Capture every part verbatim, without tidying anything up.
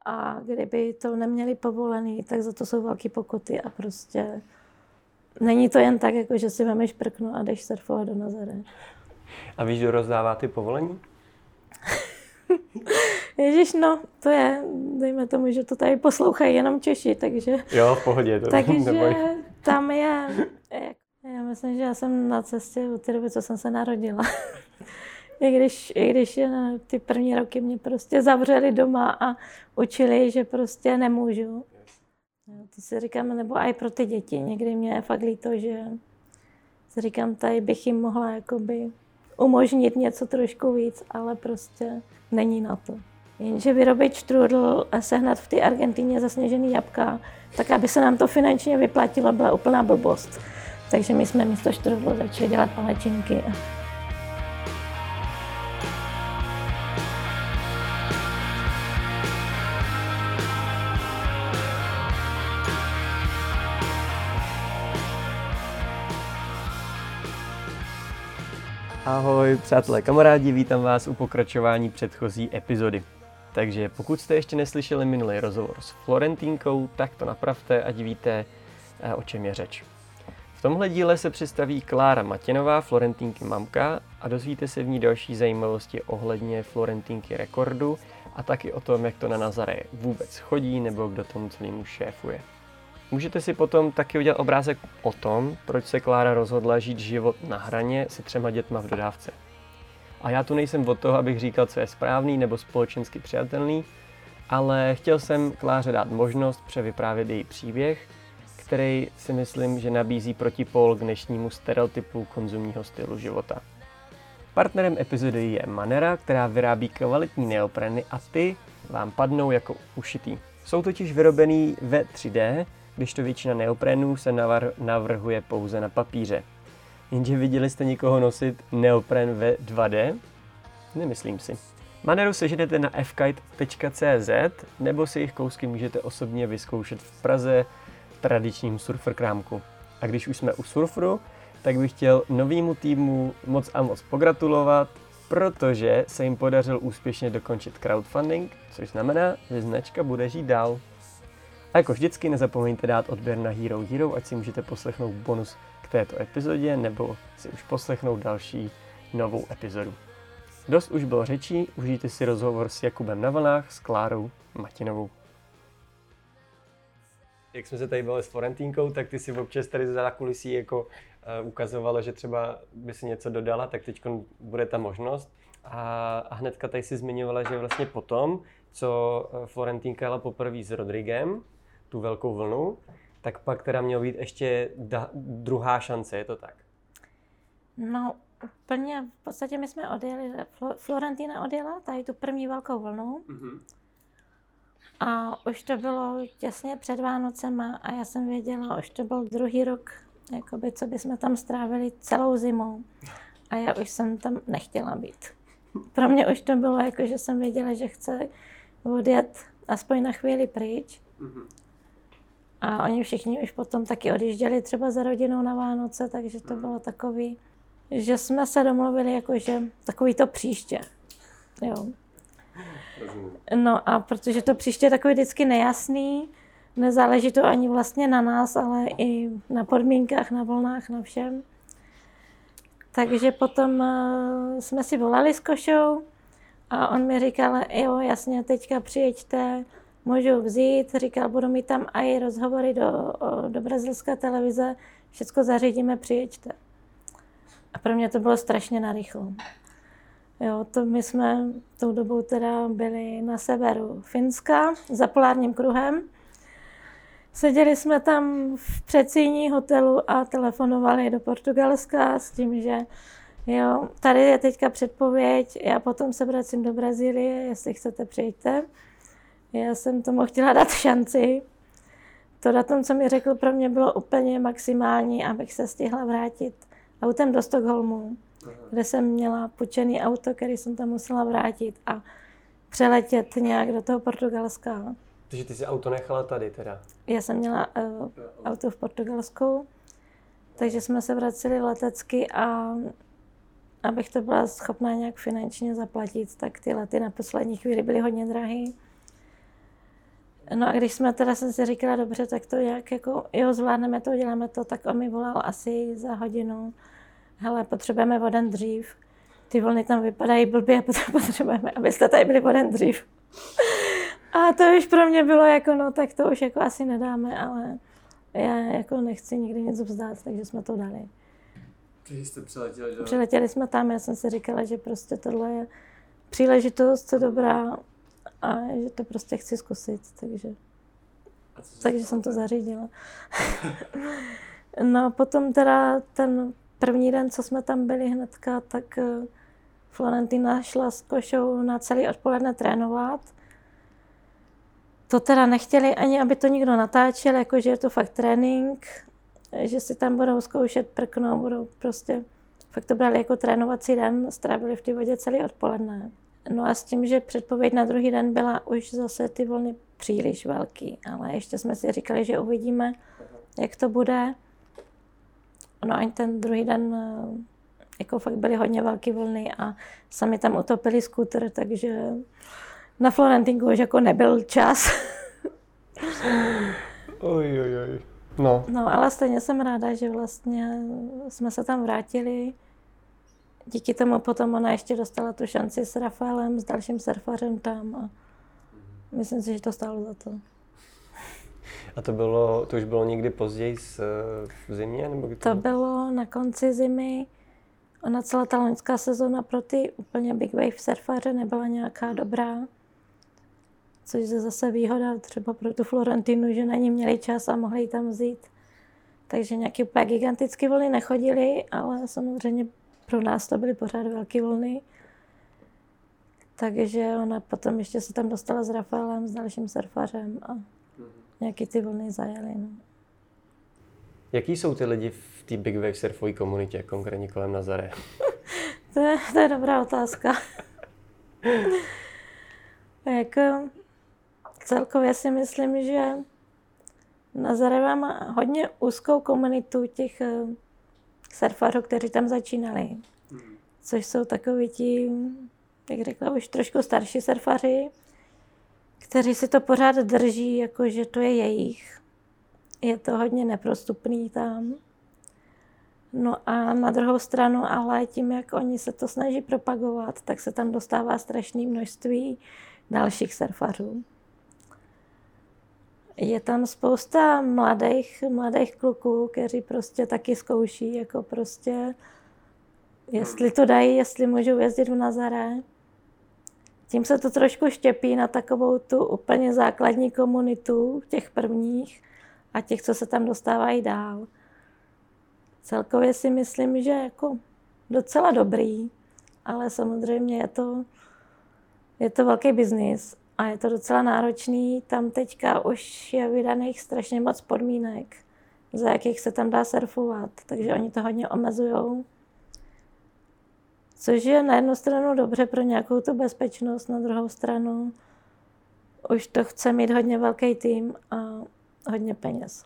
a kdyby to neměli povolený, tak za to jsou velké pokuty a prostě není to jen tak, jako že si vemeš prkno a jdeš surfovat do Nazare. A víš, kdo rozdává ty povolení? Ježiš, no, to je, dejme tomu, že to tady poslouchají jenom Češi, takže... Jo, v pohodě. To takže tam je... Já myslím, že já jsem na cestě od té doby, co jsem se narodila. I když, i když ty první roky mě prostě zavřeli doma a učili, že prostě nemůžu. To si říkám, nebo i pro ty děti. Někdy mě je fakt líto, že si říkám, tady bych jim mohla jakoby umožnit něco trošku víc, ale prostě není na to. Jenže vyrobit štrůdl a sehnat v té Argentíně zasněžený jabka, tak aby se nám to finančně vyplatilo, byla úplná blbost. Takže my jsme místo štrůdlu začali dělat palačinky. Ahoj přátelé, kamarádi, vítám vás u pokračování předchozí epizody. Takže pokud jste ještě neslyšeli minulý rozhovor s Florentínkou, tak to napravte, ať víte, o čem je řeč. V tomhle díle se představí Klára Matěnová, Florentínky mamka, a dozvíte se v ní další zajímavosti ohledně Florentínky rekordu a taky o tom, jak to na Nazare vůbec chodí nebo kdo tomu celému šéfuje. Můžete si potom taky udělat obrázek o tom, proč se Klára rozhodla žít život na hraně se třema dětma v dodávce. A já tu nejsem od toho, abych říkal, co je správný nebo společensky přijatelný, ale chtěl jsem Kláře dát možnost převyprávět její příběh, který si myslím, že nabízí protipól k dnešnímu stereotypu konzumního stylu života. Partnerem epizody je Manera, která vyrábí kvalitní neopreny a ty vám padnou jako ušitý. Jsou totiž vyrobený ve tři dé, když to většina neoprenů se navr- navrhuje pouze na papíře. Jenže viděli jste někoho nosit neopren ve dva dé? Nemyslím si. Maneru seženete na f kite tečka cé zet nebo si jejich kousky můžete osobně vyzkoušet v Praze v tradičním surferkrámku. A když už jsme u surferu, tak bych chtěl novýmu týmu moc a moc pogratulovat, protože se jim podařilo úspěšně dokončit crowdfunding, což znamená, že značka bude žít dál. A jako vždycky nezapomeňte dát odběr na Hero Hero, ať si můžete poslechnout bonus k této epizodě nebo si už poslechnout další novou epizodu. Dost už bylo řečí, užijte si rozhovor s Jakubem na vlnách s Klárou Matěnovou. Jak jsme se tady bavili s Florentínkou, tak ty si občas tady za kulisí jako uh, ukazovala, že třeba by si něco dodala, tak teď bude ta možnost. A, a hnedka tady si zmiňovala, že vlastně potom, co Florentínka jela poprvé s Rodriguem, tu velkou vlnu, tak pak teda mělo být ještě da, druhá šance, je to tak? No úplně, v podstatě my jsme odjeli, Florentína odjela tady tu první velkou vlnu. Mm-hmm. A už to bylo těsně před Vánocema a já jsem věděla, už to byl druhý rok, jakoby, co bychom tam strávili celou zimou. A já už jsem tam nechtěla být. Pro mě už to bylo jako, že jsem věděla, že chci odjet aspoň na chvíli pryč. Mm-hmm. A oni všichni už potom taky odjížděli třeba za rodinou na Vánoce, takže to bylo takový, že jsme se domluvili jako, že takový to příště. Jo. No a protože to příště je takový vždycky nejasný, nezáleží to ani vlastně na nás, ale i na podmínkách, na vlnách, na všem. Takže potom uh, jsme si volali s Košou a on mi říkal, jo, jasně, teďka přijeďte, můžu vzít, říkal, budu mít tam i rozhovory do, do brazilské televize, všecko zařídíme, přijeďte. A pro mě to bylo strašně narychlo. Jo, to my jsme tou dobou teda byli na severu Finska za polárním kruhem. Seděli jsme tam v předsíni hotelu a telefonovali do Portugalska s tím, že jo, tady je teďka předpověď, já potom se vracím do Brazílie, jestli chcete, přijďte. Já jsem tomu chtěla dát šanci. To datum, co mi řekl, pro mě bylo úplně maximální, abych se stihla vrátit autem do Stockholmu, kde jsem měla půjčený auto, který jsem tam musela vrátit a přeletět nějak do toho Portugalska. Takže ty si auto nechala tady teda? Já jsem měla uh, auto v Portugalsku, takže jsme se vraceli letecky a abych to byla schopná nějak finančně zaplatit, tak ty lety na poslední chvíli byly hodně drahý. No a když jsme teda, jsem si říkala, dobře, tak to jak jako, jo, zvládneme to, děláme to, tak on mi volal asi za hodinu. Hele, potřebujeme o den dřív. Ty vlny tam vypadají blbě, potřebujeme, abyste tady byli o den dřív. A to už pro mě bylo jako, no tak to už jako asi nedáme, ale já jako nechci nikdy nic vzdát, takže jsme to dali. Takže jste přiletěli do... Přiletěli jsme tam, já jsem si říkala, že prostě tohle je příležitost dobrá a že to prostě chci zkusit, takže, takže jsem to zařídila. No potom teda ten první den, co jsme tam byli hnedka, tak Florentina šla s Košou na celý odpoledne trénovat. To teda nechtěli ani, aby to nikdo natáčel, jakože je to fakt trénink, že si tam budou zkoušet prkno, budou prostě, fakt to brali jako trénovací den, strávili v té vodě celý odpoledne. No a s tím, že předpověď na druhý den byla už zase ty vlny příliš velký, ale ještě jsme si říkali, že uvidíme, jak to bude. No a ten druhý den jako fakt byly hodně velké vlny a sami tam utopili skuter, takže na Florentinku už jako nebyl čas. Oj, oj, oj. No. No, ale stejně jsem ráda, že vlastně jsme se tam vrátili. Díky tomu potom ona ještě dostala tu šanci s Rafaelem, s dalším surfařem tam a myslím si, že to stálo za to. A to bylo, to už bylo někdy později v zimě? Nebo to bylo na konci zimy. Ona celá ta loňská sezóna pro ty úplně big wave surfaře nebyla nějaká dobrá. Což je zase výhoda třeba pro tu Florentinu, že na ní měli čas a mohli ji tam vzít. Takže nějaké úplně gigantické vlny nechodily, ale samozřejmě pro nás to byly pořád velké vlny. Takže ona potom ještě se tam dostala s Rafaelem, s dalším surfařem a nějaký ty vlny zajeli. No. Jaký jsou ty lidi v té big wave surfové komunitě, konkrétně kolem Nazare? to, je, to je dobrá otázka. jako, celkově si myslím, že Nazare má hodně úzkou komunitu těch surfařů, kteří tam začínali. Což jsou takoví ti, jak řekla, už trošku starší surfaři, kteří si to pořád drží, jako že to je jejich. Je to hodně neprostupný tam. No a na druhou stranu, ale tím, jak oni se to snaží propagovat, tak se tam dostává strašné množství dalších surfařů. Je tam spousta mladých, mladých kluků, kteří prostě taky zkouší, jako prostě, jestli to dají, jestli můžou jezdit v Nazare. Tím se to trošku štěpí na takovou tu úplně základní komunitu těch prvních a těch, co se tam dostávají dál. Celkově si myslím, že jako docela dobrý, ale samozřejmě je to, je to velký biznis a je to docela náročný. Tam teďka už je vydaných strašně moc podmínek, za jakých se tam dá surfovat, takže oni to hodně omezujou. Což je na jednu stranu dobře pro nějakou tu bezpečnost, na druhou stranu už to chce mít hodně velký tým a hodně peněz.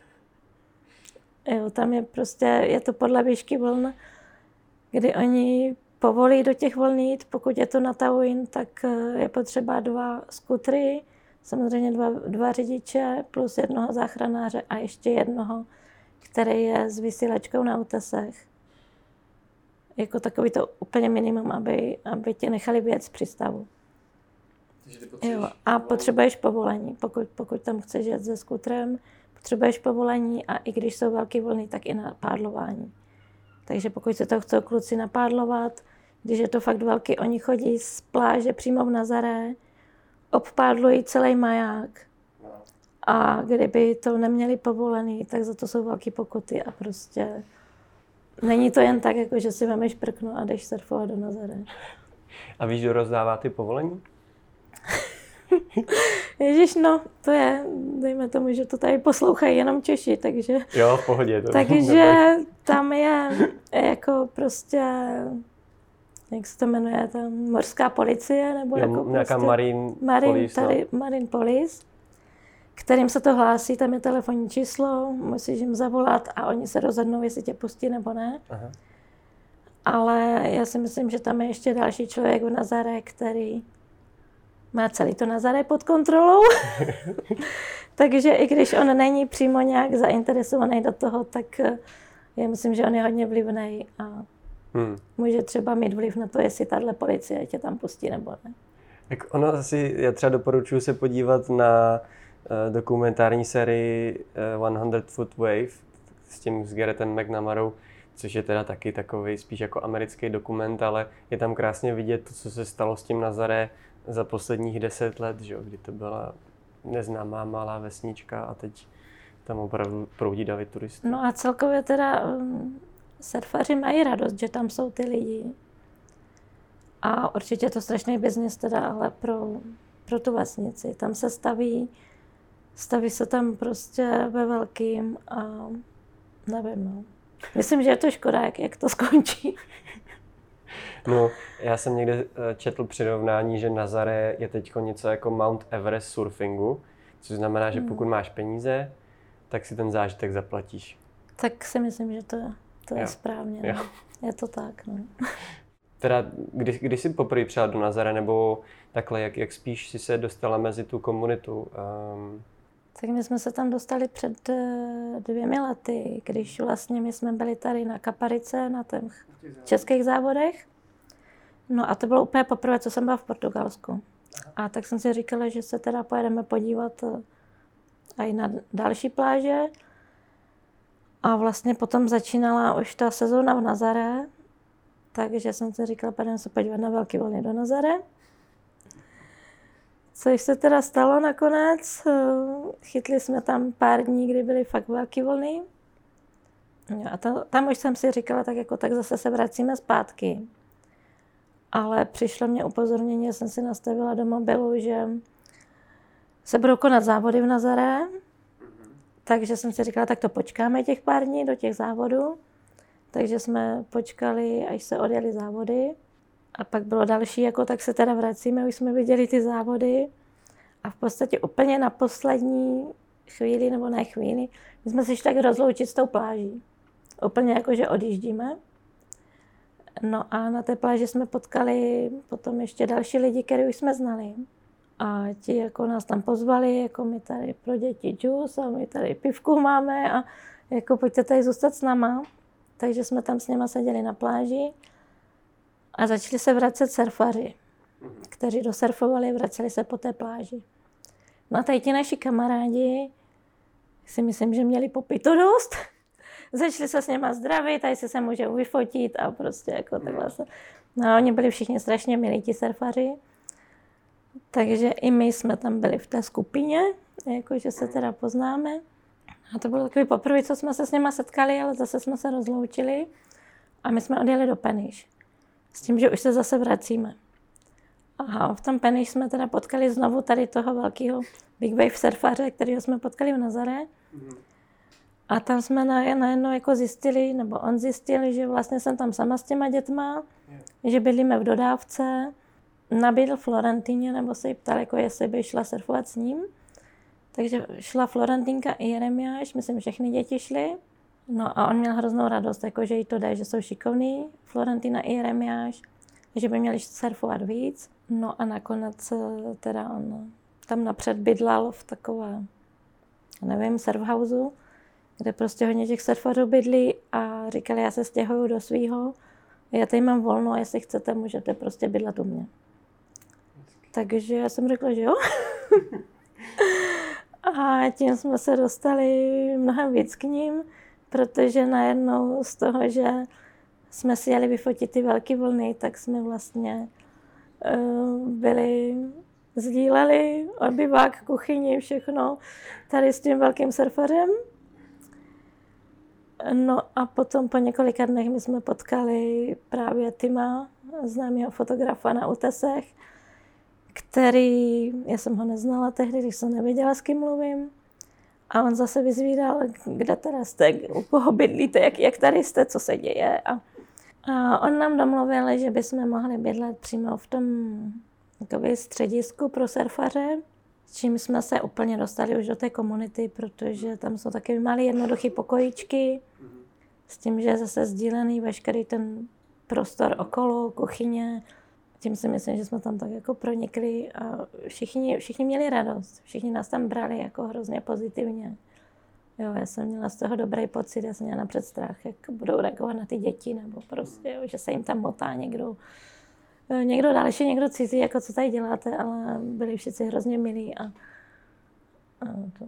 Jo, tam je prostě, je to podle výšky vln, kdy oni povolí do těch vln jít, pokud je to na Tawin, tak je potřeba dva skutry, samozřejmě dva, dva řidiče plus jednoho záchranáře a ještě jednoho, který je s vysílačkou na útesech. Jako takový to úplně minimum, aby, aby tě nechali vyjet z přístavu. Jo, a potřebuješ povolení, pokud, pokud tam chceš jet se skutrem, potřebuješ povolení a i když jsou velké vlny, tak i na pádlování. Takže pokud se to chcou kluci napádlovat, když je to fakt velký, oni chodí z pláže přímo v Nazare, obpádlují celý maják a kdyby to neměli povolený, tak za to jsou velké pokuty a prostě není to jen tak, jako že si vemeš prkno a jdeš surfovat do Nazare. A víš, kdo rozdává ty povolení? Ježiš, no, to je, dejme tomu, že to tady poslouchají jenom Češi, takže... Jo, v pohodě. To takže tam je jako prostě, jak se to jmenuje, tam mořská policie, nebo jo, jako nějaká prostě... Marine, Marine Police. Tady, Marine Police, kterým se to hlásí, tam je telefonní číslo, musíš jim zavolat a oni se rozhodnou, jestli tě pustí nebo ne. Aha. Ale já si myslím, že tam je ještě další člověk v Nazare, který má celý to Nazaré pod kontrolou. Takže i když on není přímo nějak zainteresovaný do toho, tak já myslím, že on je hodně vlivný a hmm. může třeba mít vliv na to, jestli tahle policie tě tam pustí nebo ne. Tak ono asi, já třeba doporučuji se podívat na uh, dokumentární sérii uh, sto Foot Wave s tím s Garrettem McNamarou, což je teda taky takový spíš jako americký dokument, ale je tam krásně vidět to, co se stalo s tím Nazaré za posledních deset let, že? Kdy to byla neznámá malá vesnička a teď tam opravdu proudí davy turistů. No a celkově teda um, surfaři mají radost, že tam jsou ty lidi. A určitě je to strašný biznis teda, ale pro, pro tu vesnici. Tam se staví, staví se tam prostě ve velkým a nevím, no. Myslím, že je to škoda, jak, jak to skončí. No, já jsem někde četl přirovnání, že Nazaré je teď něco jako Mount Everest surfingu, což znamená, že pokud máš peníze, tak si ten zážitek zaplatíš. Tak si myslím, že to je, to je správně. No. Je to tak, no. Teda, kdy, kdy jsi poprvé přijela do Nazaré, nebo takhle, jak, jak spíš si se dostala mezi tu komunitu? Um... Tak my jsme se tam dostali před dvěmi lety, když vlastně my jsme byli tady na Kaparice, na těch českých závodech. No a to bylo úplně poprvé, co jsem byla v Portugalsku. A tak jsem si říkala, že se teda pojedeme podívat i na další pláže. A vlastně potom začínala už ta sezóna v Nazaré, takže jsem si říkala, půjdeme se podívat na velký vlny do Nazaré. Což se teda stalo nakonec. Chytli jsme tam pár dní, kdy byly fakt velký vlny. A to, tam už jsem si říkala, tak jako tak zase se vracíme zpátky. Ale přišlo mě upozornění, že jsem si nastavila do mobilu, že se budou konat závody v Nazaré. Takže jsem si říkala, tak to počkáme těch pár dní do těch závodů. Takže jsme počkali, až se odjeli závody. A pak bylo další, jako tak se teda vracíme, už jsme viděli ty závody. A v podstatě úplně na poslední chvíli, nebo ne chvíli, my jsme se šli tak rozloučit s tou pláží. Úplně jako, že odjíždíme. No a na té pláži jsme potkali potom ještě další lidi, které už jsme znali. A ti jako nás tam pozvali, jako my tady pro děti džus a my tady pivku máme a jako pojďte tady zůstat s náma. Takže jsme tam s nima seděli na pláži a začali se vracet surfaři, kteří dosurfovali, vraceli se po té pláži. No a tady ti naši kamarádi si myslím, že měli popito dost. Začali se s něma zdravit, tady se se může vyfotit a prostě jako takhle se. No a oni byli všichni strašně milí, ti surfaři. Takže i my jsme tam byli v té skupině, jakože se teda poznáme. A to bylo takový poprvé, co jsme se s něma setkali, ale zase jsme se rozloučili a my jsme odjeli do Peniche. S tím, že už se zase vracíme. A v tom Peniche jsme teda potkali znovu tady toho velkého Big Wave surfaře, kterého jsme potkali v Nazaré. A tam jsme najednou jako zjistili, nebo on zjistil, že vlastně jsem tam sama s těma dětma, že bydlíme v dodávce. Nabídl Florentině, nebo se jí ptal, jako jestli by šla surfovat s ním. Takže šla Florentinka i Jeremiáš, myslím, všechny děti šly. No a on měl hroznou radost, jako že jí to jde, že jsou šikovní, Florentina i Jeremiáš, že by měli surfovat víc. No a nakonec teda on tam napřed bydlal v takové, nevím, surfhouseu, kde prostě hodně těch surfařů bydlí a říkali, já se stěhuju do svýho, já tady mám volno, a jestli chcete, můžete prostě bydlet u mě. Takže já jsem řekla, že jo. A tím jsme se dostali mnohem víc k ním, protože najednou z toho, že jsme si jeli vyfotit ty velké vlny, tak jsme vlastně uh, byli, sdíleli obyvák, kuchyni, všechno tady s tím velkým surfařem. No a potom po několika dnech my jsme potkali právě Tima, známého fotografa na útesech, který, já jsem ho neznala tehdy, když jsem nevěděla, s kým mluvím. A on zase vyzvídal, kde teda jste, u koho bydlíte, jak, jak tady jste, co se děje. A, a on nám domluvil, že bychom mohli bydlet přímo v tom takový středisku pro surfaře, s čím jsme se úplně dostali už do té komunity, protože tam jsou taky malé jednoduché pokojíčky, s tím, že je zase sdílený veškerý ten prostor okolo, kuchyně, tím si myslím, že jsme tam tak jako pronikli a všichni, všichni měli radost. Všichni nás tam brali jako hrozně pozitivně. Jo, já jsem měla z toho dobrý pocit, já jsem měla napřed strach, jak budou reagovat na ty děti, nebo prostě, jo, že se jim tam motá někdo, někdo další, někdo cizí, jako co tady děláte, ale byli všichni hrozně milí a, a to...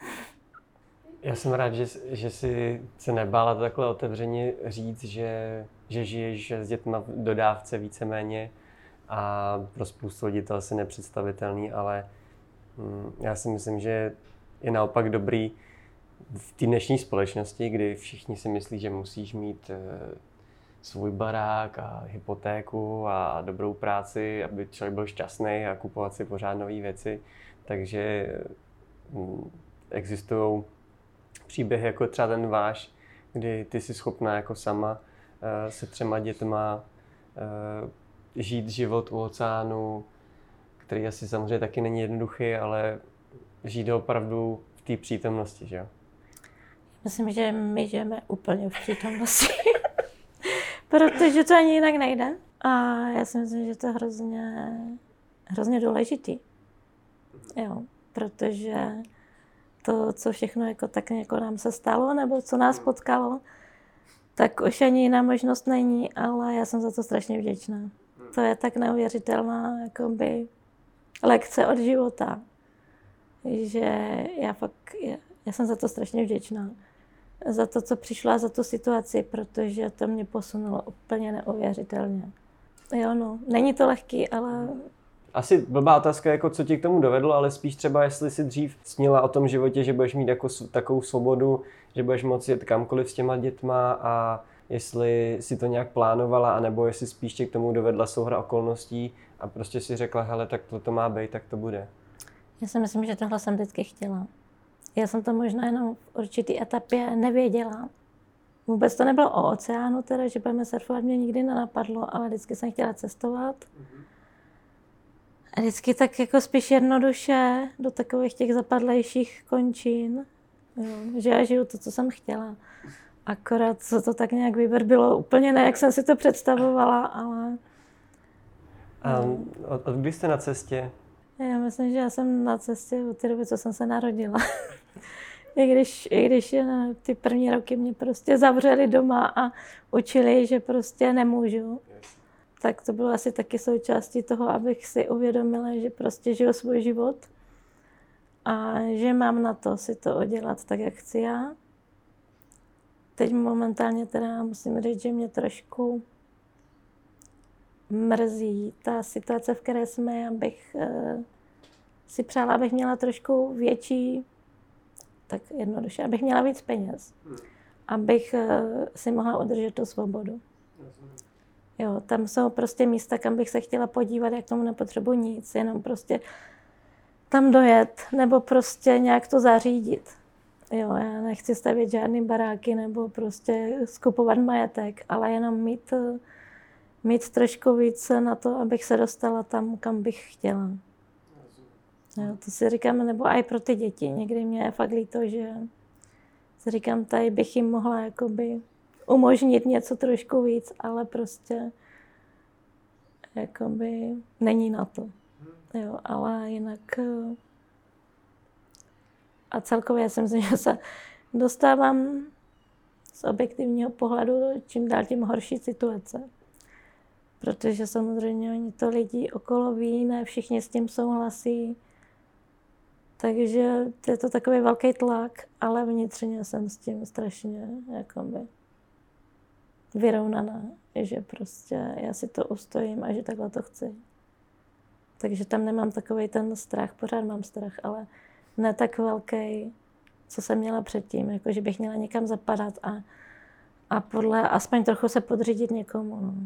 Já jsem rád, že, že jsi se nebála takhle otevřeně říct, že, že žiješ s dětma v dodávce víceméně a pro spoustu lidí to asi nepředstavitelný, ale hm, já si myslím, že je naopak dobrý v té dnešní společnosti, kdy všichni si myslí, že musíš mít e, svůj barák a hypotéku a dobrou práci, aby člověk byl šťastný a kupovat si pořád nové věci, takže hm, existují příběhy jako třeba ten váš, kdy ty jsi schopná jako sama uh, se třema dětma uh, žít život u oceánu, který asi samozřejmě taky není jednoduchý, ale žít opravdu v té přítomnosti, že jo? Myslím, že my žijeme úplně v přítomnosti, protože to ani jinak nejde. A já si myslím, že to je hrozně, hrozně důležitý. Jo, protože to, co všechno jako tak jako nám se stalo, nebo co nás potkalo, tak už ani jiná možnost není, ale já jsem za to strašně vděčná. To je tak neuvěřitelná jakoby, lekce od života, že já fakt, já, já jsem za to strašně vděčná. Za to, co přišlo a za tu situaci, protože to mě posunulo úplně neuvěřitelně. Jo, no, není to lehký, ale... Asi blbá otázka, jako co ti k tomu dovedlo, ale spíš třeba, jestli si dřív snila o tom životě, že budeš mít jako takovou svobodu, že budeš moci jet kamkoliv s těma dětma a jestli si to nějak plánovala, anebo jestli spíš tě k tomu dovedla souhra okolností a prostě si řekla, hele, tak to, to má být, tak to bude. Já si myslím, že tohle jsem vždycky chtěla. Já jsem to možná jenom v určitý etapě nevěděla. Vůbec to nebylo o oceánu, teda, že budeme surfovat, mě nikdy nenapadlo, ale vždycky jsem chtěla cestovat. Mm-hmm. A vždycky tak jako spíš jednoduše do takových těch zapadlejších končin, jo, že já žiju to, co jsem chtěla. Akorát se to tak nějak vyvrbilo úplně ne, jak jsem si to představovala, ale... A od, od kdy jste na cestě? Já myslím, že já jsem na cestě od té doby, co jsem se narodila. I když, i když ty první roky mě prostě zavřeli doma a učili, že prostě nemůžu. Tak to bylo asi taky součástí toho, abych si uvědomila, že prostě žiju svůj život a že mám na to si to udělat tak, jak chci já. Teď momentálně teda musím říct, že mě trošku mrzí ta situace, v které jsme, abych uh, si přála, abych měla trošku větší, tak jednoduše, abych měla víc peněz, abych uh, si mohla udržet tu svobodu. Jo, tam jsou prostě místa, kam bych se chtěla podívat, jak tomu nepotřebuji nic, jenom prostě tam dojet nebo prostě nějak to zařídit. Jo, já nechci stavět žádný baráky nebo prostě skupovat majetek, ale jenom mít, mít trošku víc na to, abych se dostala tam, kam bych chtěla. Jo, to si říkám, nebo i pro ty děti. Někdy mě je fakt líto, že si říkám, tady bych jim mohla jakoby umožnit něco trošku víc, ale prostě jakoby není na to. Jo, ale jinak a celkově si myslím, že se dostávám z objektivního pohledu čím dál tím horší situace. Protože samozřejmě oni to lidi okolo ví, ne všichni s tím souhlasí. Takže je to takový velký tlak, ale vnitřně jsem s tím strašně jakoby vyrovnaná, že prostě já si to ustojím a že takhle to chci. Takže tam nemám takový ten strach, pořád mám strach, ale ne tak velký, co jsem měla předtím, jako že bych měla někam zapadat a, a podle, aspoň trochu se podřídit někomu. No.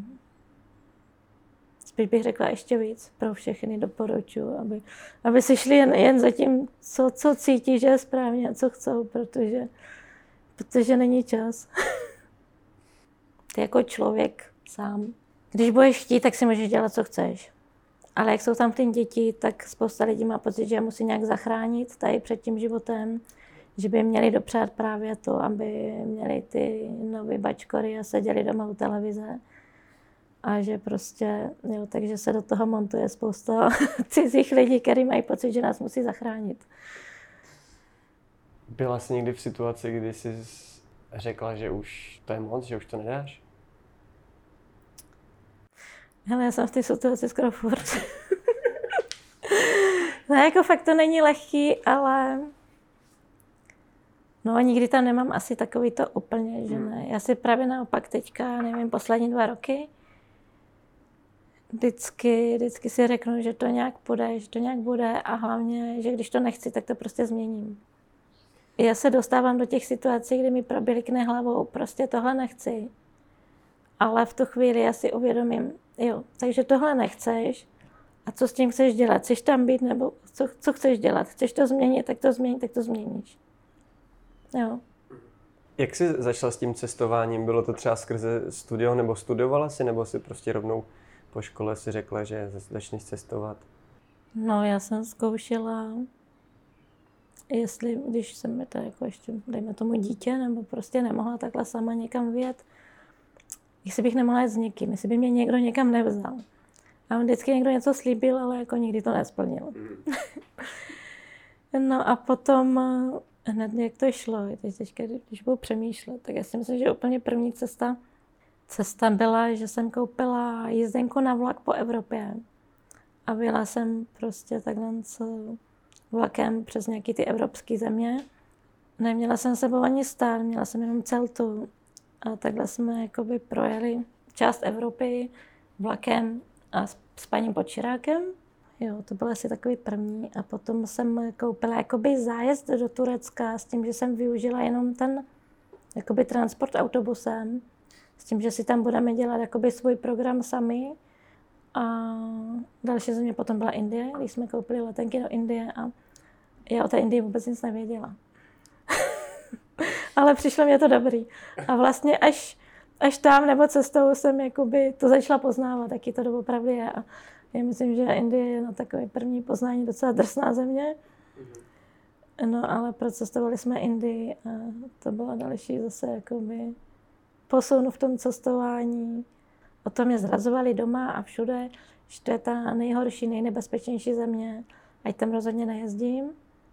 Spíš bych řekla ještě víc, pro všechny doporučuji, aby, aby si šli jen, jen za tím, co, co cítí, že je správně a co chcou, protože, protože není čas. Ty jako člověk sám. Když budeš chtít, tak si můžeš dělat, co chceš. Ale jak jsou tam ty děti, tak spousta lidí má pocit, že je musí nějak zachránit tady před tím životem, že by měli dopřát právě to, aby měli ty nové bačkory a seděli doma u televize. A že prostě, jo, takže se do toho montuje spousta cizích lidí, kteří mají pocit, že nás musí zachránit. Byla jsi někdy v situaci, kdy jsi řekla, že už to je moc, že už to nedáš? Hele, já jsem v té situaci skoro furt. No jako fakt to není lehký, ale no nikdy tam nemám asi takový to úplně, že ne. Já si právě naopak teďka, nevím, poslední dva roky, vždycky, vždycky si řeknu, že to nějak půjde, že to nějak bude a hlavně, že když to nechci, tak to prostě změním. Já se dostávám do těch situací, kdy mi proběhne hlavou, prostě tohle nechci. Ale v tu chvíli já si uvědomím, jo, takže tohle nechceš a co s tím chceš dělat? Chceš tam být nebo co, co chceš dělat? Chceš to změnit, tak to změní, tak to změníš. Jo. Jak jsi začala s tím cestováním? Bylo to třeba skrze studio nebo studovala jsi, nebo si prostě rovnou po škole si řekla, že začneš cestovat? No, já jsem zkoušela, jestli, když jsem mi to jako ještě, dejme tomu dítě, nebo prostě nemohla takhle sama někam vyjet, jestli bych nemohla jít s někým, jestli by mě někdo někam nevzal. A on vždycky někdo něco slíbil, ale jako nikdy to nesplnil. No a potom hned jak to šlo, teď teďka, když budu přemýšlet, tak já si myslím, že úplně první cesta, cesta byla, že jsem koupila jízdenku na vlak po Evropě. A byla jsem prostě takhle s vlakem přes nějaký ty evropské země. Neměla jsem sebou ani stan, měla jsem jenom celtu. A takhle jsme jakoby projeli část Evropy vlakem a s, s paním Počírákem. Jo, to byl asi takový první. A potom jsem koupila jakoby zájezd do Turecka s tím, že jsem využila jenom ten jakoby transport autobusem. S tím, že si tam budeme dělat jakoby svůj program sami. A další země potom byla Indie, když jsme koupili letenky do Indie a já o té Indii vůbec nic nevěděla. Ale přišlo mě to dobrý. A vlastně až, až tam nebo cestou jsem jakoby to začala poznávat, jaký to doopravdy je. A já myslím, že Indie je na takové první poznání docela drsná země. No ale procestovali jsme Indii a to byla další zase jakoby posun v tom cestování. O tom mě zrazovali doma a všude, že to je ta nejhorší, nejnebezpečnější země, ať tam rozhodně nejezdím.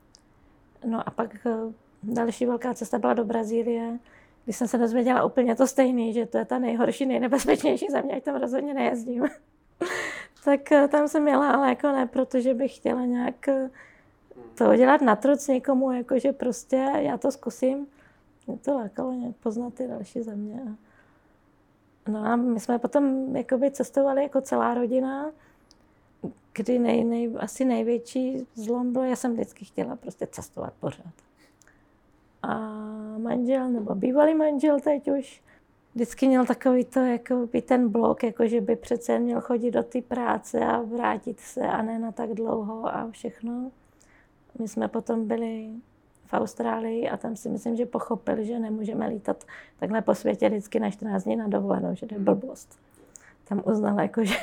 No a pak další velká cesta byla do Brazílie, když jsem se dozvěděla úplně to stejné, že to je ta nejhorší, nejnebezpečnější země, ať tam rozhodně nejezdím. Tak tam jsem jela, ale jako ne, protože bych chtěla nějak to dělat na truc někomu, jakože prostě já to zkusím. Mě to lákalo nějak poznat ty další země. No a my jsme potom jakoby cestovali jako celá rodina, kdy nej, nej, asi největší zlom bylo, já jsem vždycky chtěla prostě cestovat pořád. A manžel, nebo bývalý manžel teď už, vždycky měl takový to, jako by ten blok, jako že by přece měl chodit do té práce a vrátit se a ne na tak dlouho a všechno. My jsme potom byli v Austrálii a tam si myslím, že pochopil, že nemůžeme lítat takhle po světě vždycky na čtrnáct dní na dovolenou, že to je blbost. Tam uznal, jako, že,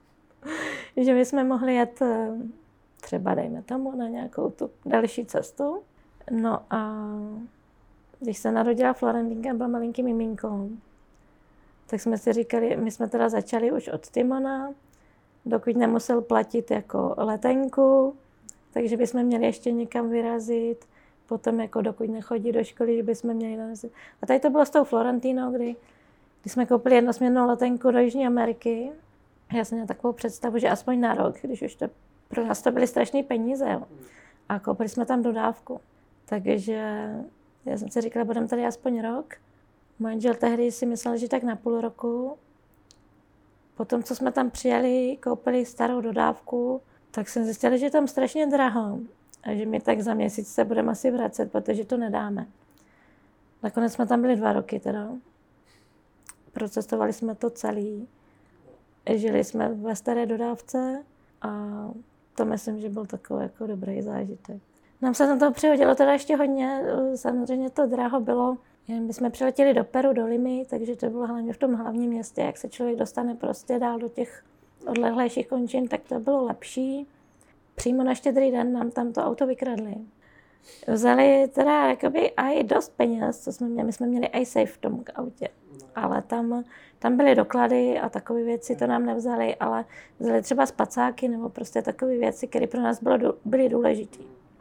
že my jsme mohli jet třeba, dejme tomu, na nějakou tu další cestu. No a když se narodila Florentinka, byla malinkým miminkou, tak jsme si říkali, my jsme teda začali už od Timona, dokud nemusel platit jako letenku, takže bychom měli ještě někam vyrazit. Potom, jako dokud nechodí do školy, že bychom měli narazit. A tady to bylo s tou Florentínou, kdy, kdy jsme koupili jednosměrnou letenku do Jižní Ameriky. Já jsem měla takovou představu, že aspoň na rok, když už to pro nás to byly strašné peníze. Jo. A koupili jsme tam dodávku. Takže já jsem si říkala, budeme tady aspoň rok. Manžel tehdy si myslel, že tak na půl roku. Potom, co jsme tam přijeli, koupili starou dodávku, tak jsem zjistila, že je tam strašně draho. A že my tak za měsíc se budeme asi vracet, protože to nedáme. Nakonec jsme tam byli dva roky teda. Procestovali jsme to celý. Žili jsme ve staré dodávce a to myslím, že byl takový jako dobrý zážitek. Nám se tam toho přihodilo teda ještě hodně, samozřejmě to draho bylo. My jsme přiletěli do Peru, do Limy, takže to bylo hlavně v tom hlavním městě, jak se člověk dostane prostě dál do těch odlehlejších končin, tak to bylo lepší. Přímo na Štědrý den nám tam to auto vykradli. Vzali teda jakoby i dost peněz, co jsme měli. My jsme měli iSafe v tom autě. ale tam, tam byly doklady a takové věci, to nám nevzali, ale vzali třeba spacáky nebo prostě takové věci, které pro nás bylo, byly důležité.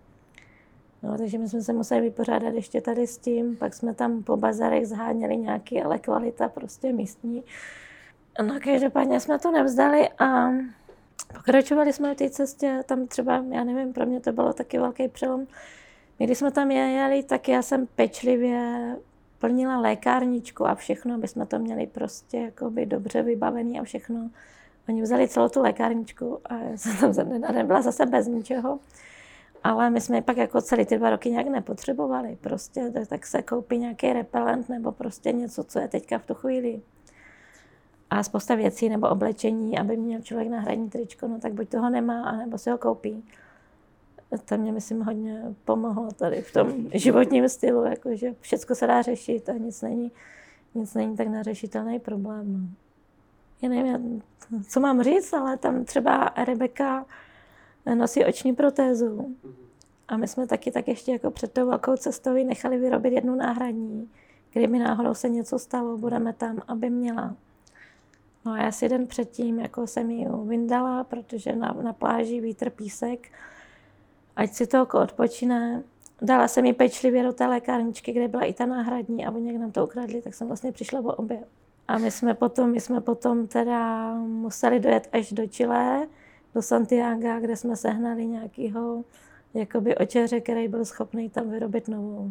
No, takže my jsme se museli vypořádat ještě tady s tím, pak jsme tam po bazarech zháněli nějaký, ale kvalita prostě místní. No, každopádně jsme to nevzdali a pokračovali jsme v té cestě, tam třeba, já nevím, pro mě to bylo taky velký přelom. My, když jsme tam jeli, tak já jsem pečlivě plnila lékárničku a všechno, aby jsme to měli prostě jakoby dobře vybavený a všechno. Oni vzali celou tu lékárničku a já jsem tam ze dne nebyla zase bez ničeho. Ale my jsme pak jako celý ty dva roky nějak nepotřebovali. Prostě tak se koupí nějaký repelent nebo prostě něco, co je teďka v tu chvíli. A spousta věcí nebo oblečení, aby měl člověk náhradní tričko, no tak buď toho nemá, anebo si ho koupí. To mě, myslím, hodně pomohlo tady v tom životním stylu, jakože všecko se dá řešit a nic není, nic není tak neřešitelný problém. No. Já nevím, co mám říct, ale tam třeba Rebeka nosí oční protézu. A my jsme taky tak ještě jako před tou velkou cestou nechali vyrobit jednu náhradní. Kdyby náhodou se něco stalo, budeme tam, aby měla. No a já si den předtím jako jsem ji vyndala, protože na, na pláži vítr, písek, ať si to oko odpočine. Dala jsem ji pečlivě do té lékárničky, kde byla i ta náhradní a oni jak nám to ukradli, tak jsem vlastně přišla o obě. A my jsme potom, my jsme potom teda museli dojet až do Chile, do Santiaga, kde jsme sehnali nějakého jakoby očeře, který byl schopný tam vyrobit novou.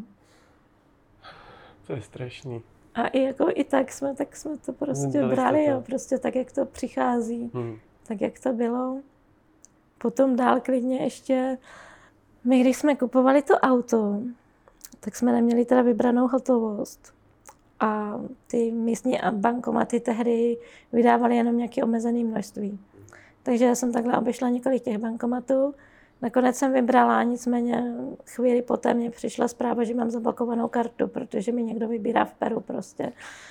To je strašný. A i, jako, i tak jsme, tak jsme to prostě Dali brali, jo, prostě tak, jak to přichází, hmm. tak, jak to bylo. Potom dál klidně ještě, my když jsme kupovali to auto, tak jsme neměli teda vybranou hotovost. A ty místní bankomaty tehdy vydávaly jenom nějaké omezené množství. Takže já jsem takhle obešla několik těch bankomatů. Nakonec jsem vybrala, nicméně chvíli poté mě přišla zpráva, že mám zablokovanou kartu, protože mi někdo vybírá v Peru prostě.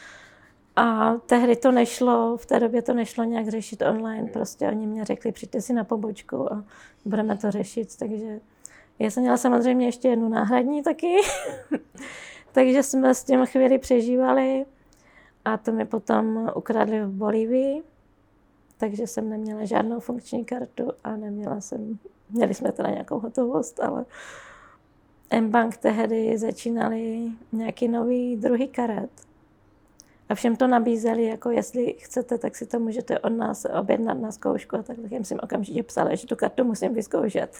A tehdy to nešlo, v té době to nešlo nějak řešit online, prostě oni mě řekli, přijďte si na pobočku a budeme to řešit, takže já jsem měla samozřejmě ještě jednu náhradní taky, takže jsme s tím chvíli přežívali a to mi potom ukradli v Bolívii, takže jsem neměla žádnou funkční kartu a neměla jsem, měli jsme teda nějakou hotovost, ale M-Bank tehdy začínali nějaký nový druhý karet. A všem to nabízeli, jako jestli chcete, tak si to můžete od nás objednat na zkoušku. A tak jim jsem okamžitě psala, že tu kartu musím vyzkoušet.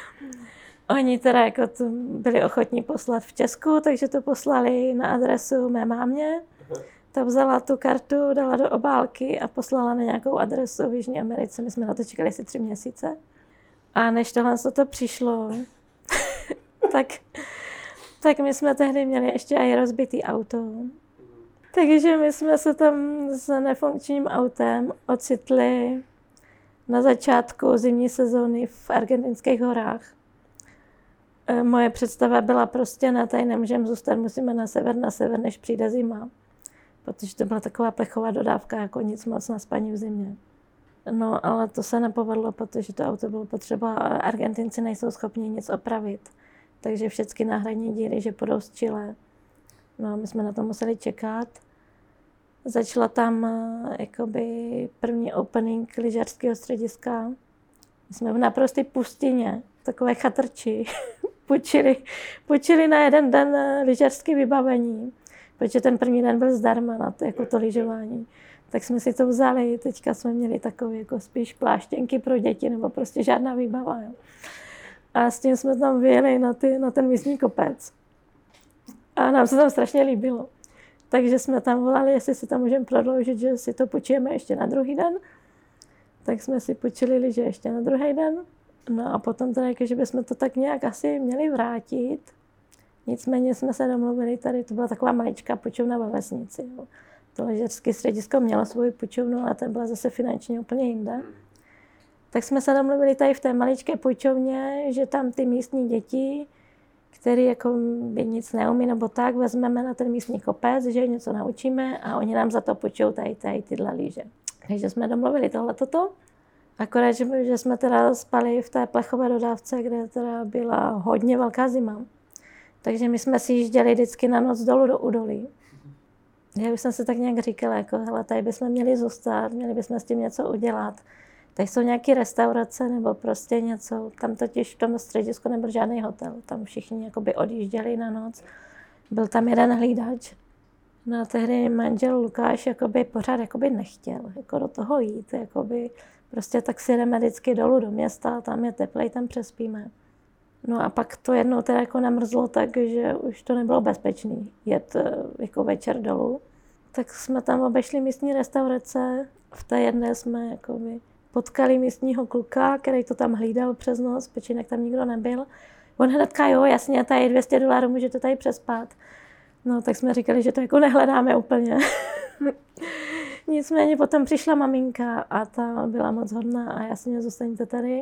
Oni teda jako to byli ochotní poslat v Česku, takže to poslali na adresu mé mámě. Ta vzala tu kartu, dala do obálky a poslala na nějakou adresu v Jižní Americe. My jsme na to čekali asi tři měsíce. A než tohle to přišlo, tak, tak my jsme tehdy měli ještě i rozbitý auto. Takže my jsme se tam s nefunkčním autem ocitli na začátku zimní sezóny v argentinských horách. Moje představa byla prostě, ne, tady nemůžeme zůstat, musíme na sever, na sever, než přijde zima. Protože to byla taková plechová dodávka, jako nic moc na spaní v zimě. No, ale to se nepovedlo, protože to auto bylo potřeba, Argentinci nejsou schopni nic opravit. Takže všechny náhradní díly, že půjdou z Chile. No, my jsme na to museli čekat. Začala tam jakoby první opening lyžařského střediska. My jsme v naprosté pustině, takové chatrči, půjčili, půjčili na jeden den lyžařské vybavení, protože ten první den byl zdarma na to, jako to lyžování. Tak jsme si to vzali, teďka jsme měli takové jako spíš pláštěnky pro děti, nebo prostě žádná výbava. Jo. A s tím jsme tam vyjeli na, ty, na ten místní kopec. A nám se tam strašně líbilo. Takže jsme tam volali, jestli si to můžeme prodloužit, že si to půjčíme ještě na druhý den. Tak jsme si půjčili lyže ještě na druhý den. No a potom teda, že bychom to tak nějak asi měli vrátit. Nicméně jsme se domluvili tady, to byla taková maličká půjčovna ve vesnici. Jo. To lyžařské středisko mělo svou půjčovnu, ale ta byla zase finančně úplně jinde. Tak jsme se domluvili tady v té maličké půjčovně, že tam ty místní děti, který jako by nic neumí nebo tak, vezmeme na ten místní kopec, že něco naučíme a oni nám za to půjčou tady, tady tyhle lyže. Takže jsme domluvili tohle toto. Akorát, že, že jsme teda spali v té plechové dodávce, kde teda byla hodně velká zima. Takže my jsme si jížděli vždycky na noc dolů do údolí. Já už jsem si tak nějak říkala, jako, hele, tady bychom měli zůstat, měli bychom s tím něco udělat. Tady jsou nějaké restaurace nebo prostě něco. Tam totiž v tom středisku nebyl žádný hotel. Tam všichni jakoby odjížděli na noc. Byl tam jeden hlídač. No a tehdy manžel Lukáš jakoby pořád jakoby nechtěl jako do toho jít. Jakoby prostě tak si jdeme vždycky dolů do města, tam je teplej, tam přespíme. No a pak to jednou teda jako namrzlo tak, že už to nebylo bezpečný jet jako večer dolů. Tak jsme tam obešli místní restaurace. V té jedné jsme jakoby potkali místního kluka, který to tam hlídal přes noc, protože jinak tam nikdo nebyl. On hnedka, jo, jasně, tady dvě stě dolarů, můžete tady přespat. No, tak jsme říkali, že to jako nehledáme úplně. Nicméně potom přišla maminka a ta byla moc hodná a jasně, zůstaňte tady.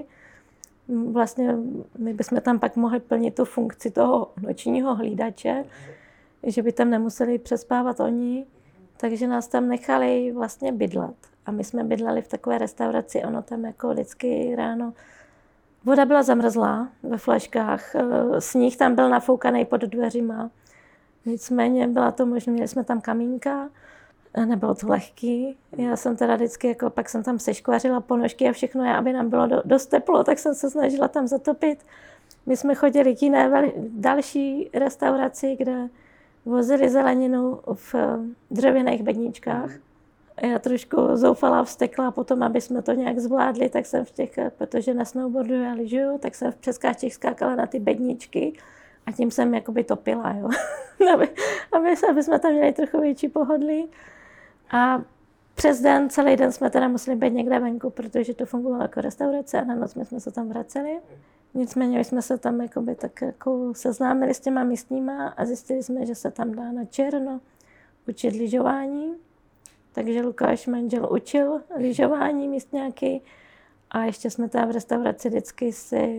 Vlastně my bychom tam pak mohli plnit tu funkci toho nočního hlídače, že by tam nemuseli přespávat oni, takže nás tam nechali vlastně bydlet. A my jsme bydleli v takové restauraci, ono tam jako vždycky ráno. Voda byla zamrzlá ve flaškách, sníh tam byl nafoukaný pod dveřima. Nicméně byla to možná, měli jsme tam kamínka, nebylo to lehký. Já jsem teda vždycky, jako, pak jsem tam seškvařila ponožky a všechno, aby nám bylo do, dost teplo, tak jsem se snažila tam zatopit. My jsme chodili k jiné další restauraci, kde vozili zeleninu v dřevěných bedničkách. Já trošku zoufala vztekla potom, aby jsme to nějak zvládli, tak jsem v těch, protože na snowboardu já lyžuju, tak jsem v přeskáčích skákala na ty bedničky a tím jsem jakoby topila, jo. aby, aby, aby jsme tam měli trochu větší pohodlí. A přes den, celý den jsme teda museli být někde venku, protože to fungovalo jako restaurace a na noc my jsme se tam vraceli. Nicméně jsme se tam jakoby tak jako seznámili s těma místníma a zjistili jsme, že se tam dá na černo učit lyžování. Takže Lukáš manžel učil lyžování místňáky a ještě jsme tam v restauraci vždycky si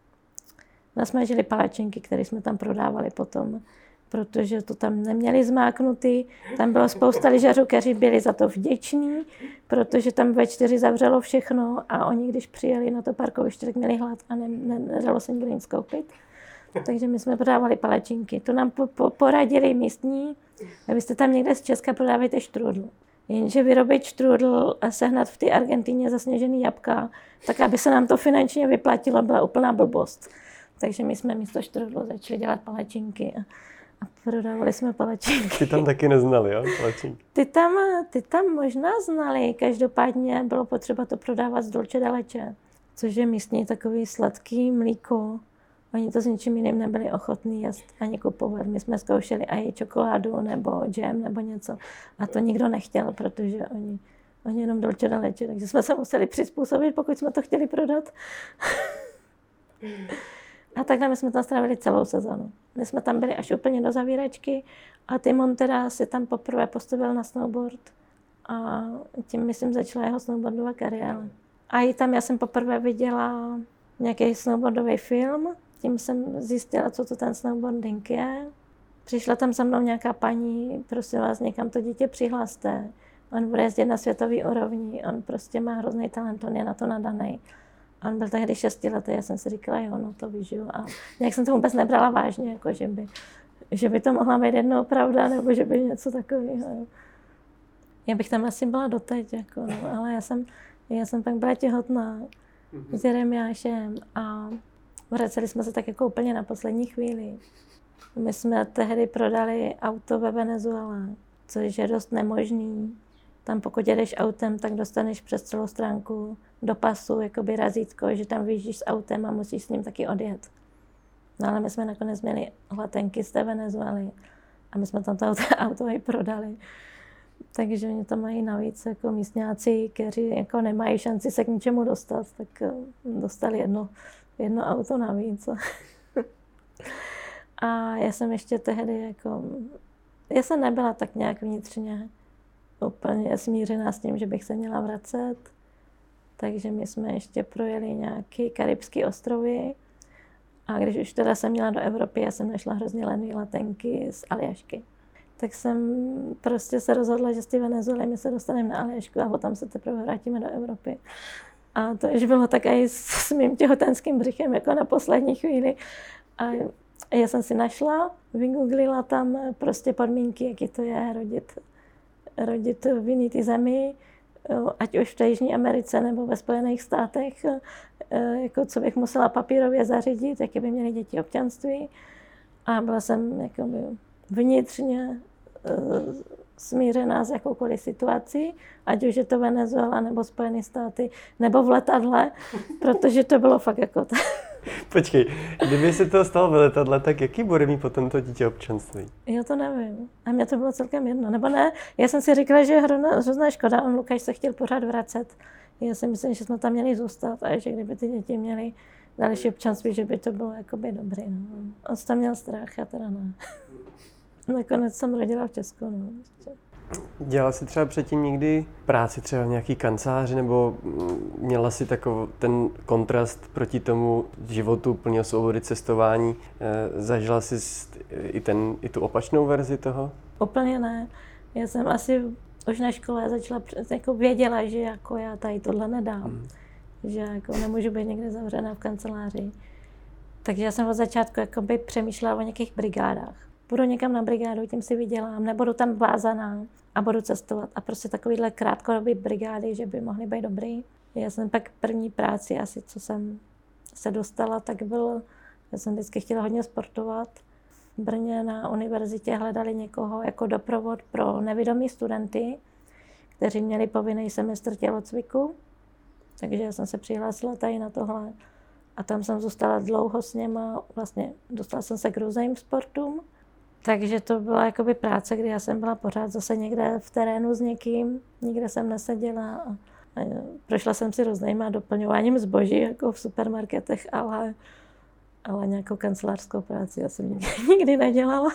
nasmažili palačinky, které jsme tam prodávali potom, protože to tam neměli zmáknutý. Tam bylo spousta lyžařů, kteří byli za to vděční, protože tam ve čtyři zavřelo všechno a oni, když přijeli na to parkoviště, tak měli hlad a ne, ne, nedalo se nikdo nic koupit. Takže my jsme prodávali palačinky. To nám po, po, poradili místní, abyste tam někde z Česka prodávajte štrůdl. Jenže vyrobit štrůdl a sehnat v té Argentině zasněžený jabka, tak aby se nám to finančně vyplatilo, byla úplná blbost. Takže my jsme místo štrůdlu začali dělat palačinky a, a prodávali jsme palačinky. Ty tam taky neznali, jo, palačinky? Ty tam, ty tam možná znali, každopádně bylo potřeba to prodávat z dulce de leche, což je místní takový sladký mlíko. Oni to s ničím jiným nebyli ochotní jíst ani kupovat. My jsme zkoušeli i čokoládu nebo džem nebo něco. A to nikdo nechtěl, protože oni, oni jenom dulce de leche, takže jsme se museli přizpůsobit, pokud jsme to chtěli prodat. A takhle my jsme tam strávili celou sezonu. My jsme tam byli až úplně do zavíračky a Timon teda si tam poprvé postavil na snowboard a tím, myslím, začala jeho snowboardová kariéra. A i tam já jsem poprvé viděla nějaký snowboardový film, tím jsem zjistila, co to ten snowboarding je. Přišla tam za mnou nějaká paní, prosím vás, někam to dítě přihlaste. On bude jezdit na světový úrovni, on prostě má hrozný talent, on je na to nadaný. On byl tehdy šestiletý, já jsem si říkala, jo, no to vyžiju. A nějak jsem to vůbec nebrala vážně, jako že by, že by to mohla být jednou pravda, nebo že by něco takového. Já bych tam asi byla doteď, jako, no, ale já jsem, já jsem pak byla těhotná s Jeremiášem a vraceli jsme se tak jako úplně na poslední chvíli. My jsme tehdy prodali auto ve Venezuele, což je dost nemožný. Tam pokud jedeš autem, tak dostaneš přes celou stránku do pasu jakoby razítko, že tam vyjíždíš s autem a musíš s ním taky odjet. No ale my jsme nakonec měli letenky z té Venezuely a my jsme tam to auto, auto i prodali. Takže oni to mají navíc jako místňáci, kteří jako nemají šanci se k ničemu dostat, tak dostali jedno, jedno auto navíc. A já jsem ještě tehdy jako, já jsem nebyla tak nějak vnitřně úplně smířená s tím, že bych se měla vracet. Takže my jsme ještě projeli nějaké karibské ostrovy. A když už teda jsem měla do Evropy, já jsem našla hrozně levné letenky z Aljašky. Tak jsem prostě se rozhodla, že z té Venezuely my se dostaneme na Aljašku a potom se teprve vrátíme do Evropy. A to už bylo tak i s mým těhotenským břichem, jako na poslední chvíli. A já jsem si našla, vygooglila tam prostě podmínky, jaký to je rodit rodit v jiný ty zemi, ať už v té Jižní Americe nebo ve Spojených státech, jako co bych musela papírově zařídit, jaké by měly děti občanství. A byla jsem jakoby vnitřně smířená s jakoukoliv situací, ať už je to Venezuela nebo Spojené státy, nebo v letadle, protože to bylo fakt jako to. Počkej, kdyby se to stalo v letadle, tak jaký bude mít potom to dítě občanství? Já to nevím. A mě to bylo celkem jedno. Nebo ne, já jsem si říkala, že je hrozná škoda, on Lukáš se chtěl pořád vracet. Já si myslím, že jsme tam měli zůstat a že kdyby ty děti měly další občanství, že by to bylo jakoby dobrý. No. On tam měl strach, já teda ne. Nakonec jsem rodila v Česku. No. Dělala jsi třeba předtím někdy práci třeba v nějaký kanceláři, nebo měla jsi takový ten kontrast proti tomu životu plného svobody, cestování? Zažila jsi i, ten, i tu opačnou verzi toho? Úplně ne. Já jsem asi už na škole začala, jako věděla, že jako já tady tohle nedám. Hmm. Že jako nemůžu být někde zavřená v kanceláři. Takže já jsem od začátku jakoby přemýšlela o nějakých brigádách. Budu někam na brigádu, tím si vydělám, nebudu tam vázaná a budu cestovat. A prostě takovýhle krátkodobý brigády, že by mohly být dobrý. Já jsem pak první práci asi, co jsem se dostala, tak byl, já jsem vždycky chtěla hodně sportovat. V Brně na univerzitě hledali někoho jako doprovod pro nevidomí studenty, kteří měli povinný semestr tělocviku. Takže já jsem se přihlásila tady na tohle. A tam jsem zůstala dlouho s něma, vlastně dostala jsem se k různým sportům. Takže to byla jakoby práce, kdy já jsem byla pořád zase někde v terénu s někým, nikde jsem neseděla. A, a prošla jsem si různýma doplňováním zboží, jako v supermarketech, ale, ale nějakou kancelářskou práci já jsem nikdy, nikdy nedělala.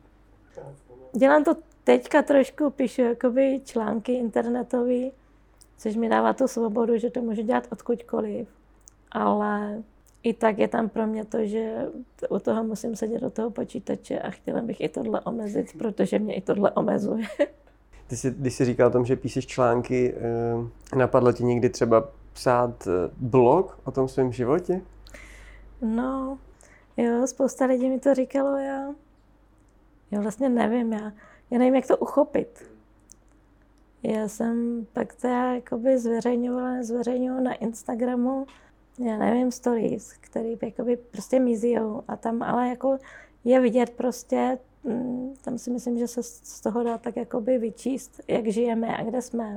Dělám to teďka trošku, píšu jakoby články internetový, což mi dává tu svobodu, že to můžu dělat odkudkoliv. Ale i tak je tam pro mě to, že u toho musím sedět do toho počítače a chtěla bych i tohle omezit, protože mě i tohle omezuje. Ty jsi, když jsi říkal o tom, že píšeš články, napadlo ti někdy třeba psát blog o tom svém životě? No, jo, spousta lidí mi to říkalo, já, já vlastně nevím, já, já nevím, jak to uchopit. Já jsem pak to jakoby zveřejňovala, zveřejňovala na Instagramu, já nevím, stories, který jakoby prostě mizijou a tam ale jako je vidět prostě, tam si myslím, že se z toho dá tak jakoby vyčíst, jak žijeme a kde jsme.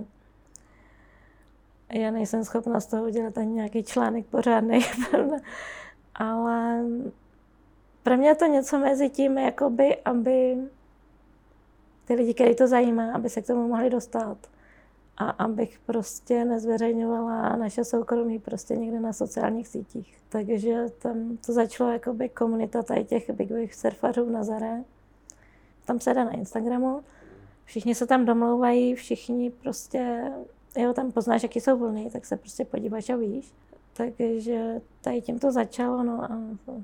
Já nejsem schopna z toho udělat ani nějaký článek pořádný, ale pro mě je to něco mezi tím, jakoby, aby ty lidi, který to zajímá, aby se k tomu mohli dostat. A abych prostě nezveřejňovala naše soukromí prostě někde na sociálních sítích. Takže tam to začalo jakoby komunita tady těch big wave surfařů na Zare. Tam se dá na Instagramu. Všichni se tam domlouvají, všichni prostě, jo, tam poznáš, jaký jsou vlny, tak se prostě podíváš a víš. Takže tady tím to začalo, no a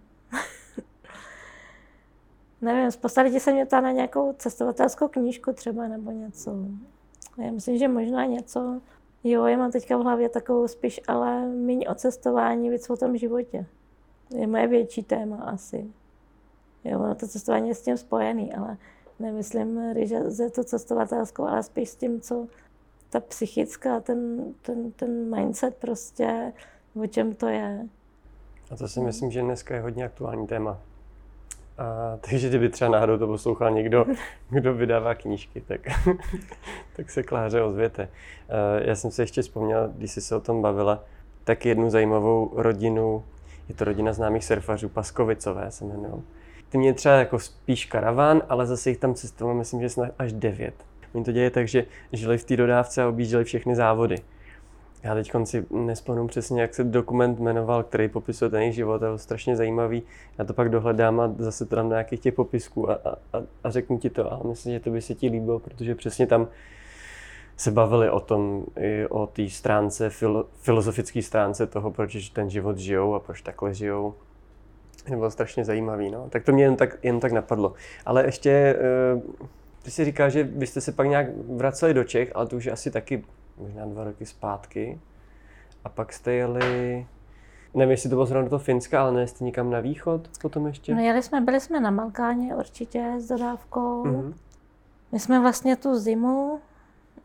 nevím, spousta lidí se mě ptá na nějakou cestovatelskou knížku třeba nebo něco. Já myslím, že možná něco, jo, já mám teďka v hlavě takovou spíš, ale míň o cestování, víc o tom životě. Je moje větší téma asi. Jo, ono to cestování je s tím spojený, ale nemyslím, že je to cestovatelskou, ale spíš s tím, co ta psychická, ten, ten, ten mindset prostě, o čem to je. A to si myslím, že dneska je hodně aktuální téma. A, takže kdyby třeba náhodou to poslouchal někdo, kdo vydává knížky, tak, tak se Kláře ozvěte. Já jsem se ještě vzpomněl, když jsi se o tom bavila, tak jednu zajímavou rodinu, je to rodina známých surfařů, Paskovicové se jmenují. Ty mě třeba jako spíš karaván, ale zase jich tam cestovalo, myslím, že snad až devět. Oni to děje tak, že žili v té dodávce a objížděli všechny závody. Já teď si nespomenu přesně, jak se dokument jmenoval, který popisuje ten jejich život, je strašně zajímavý. Já to pak dohledám a zase to dám na nějakých těch popisků a, a, a řeknu ti to. Ale myslím, že to by se ti líbilo, protože přesně tam se bavili o tom, i o té stránce, filo, filozofické stránce toho, proč ten život žijou a proč takhle žijou. To bylo strašně zajímavý, no. Tak to mě jen tak, jen tak napadlo. Ale ještě, ty si říkal, že byste se pak nějak vraceli do Čech, ale to už je asi taky možná dva roky zpátky. A pak jste jeli, nevím, jestli to bylo zrovna do toho Finska, ale ne, jste někam na východ potom ještě? No jeli jsme, byli jsme na Balkáně určitě s dodávkou. Mm-hmm. My jsme vlastně tu zimu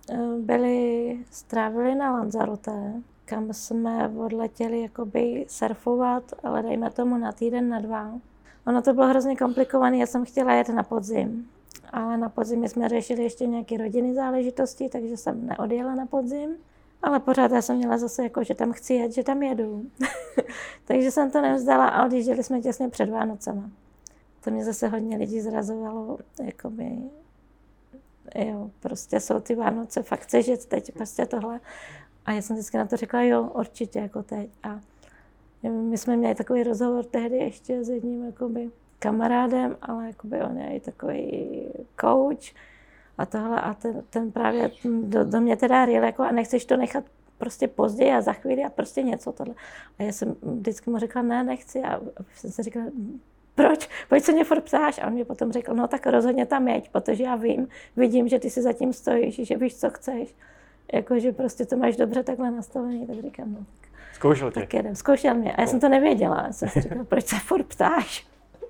byli, strávili na Lanzarote, kam jsme odletěli jakoby surfovat, ale dejme tomu na týden, na dva. Ono to bylo hrozně komplikované, já jsem chtěla jet na podzim, ale na podzim jsme řešili ještě nějaké rodinné záležitosti, takže jsem neodjela na podzim. Ale pořád já jsem měla zase jako, že tam chci jet, že tam jedu. Takže jsem to nevzdala a odjížděli jsme těsně před Vánocema. To mě zase hodně lidí zrazovalo, jakoby, jo, prostě jsou ty Vánoce, fakt chceš jet teď, prostě tohle. A já jsem vždycky na to řekla, jo, určitě, jako teď. A my jsme měli takový rozhovor tehdy ještě s jedním jakoby kamarádem, ale jakoby on je i takový coach a tohle a ten, ten právě do, do mě teda rýl, jako a nechceš to nechat prostě později a za chvíli a prostě něco tohle. A já jsem vždycky mu řekla, ne, nechci a jsem si říkala, proč? Proč se mě furt ptáš? A on mi potom řekl, no tak rozhodně tam jeď, protože já vím, vidím, že ty si zatím stojíš, že víš, co chceš. Jakože prostě to máš dobře takhle nastavený, tak říkám, no. Zkoušel tě? Tak jedem, zkoušel mě a já jsem to nevěděla, já jsem si říkala, proč se furt ptáš?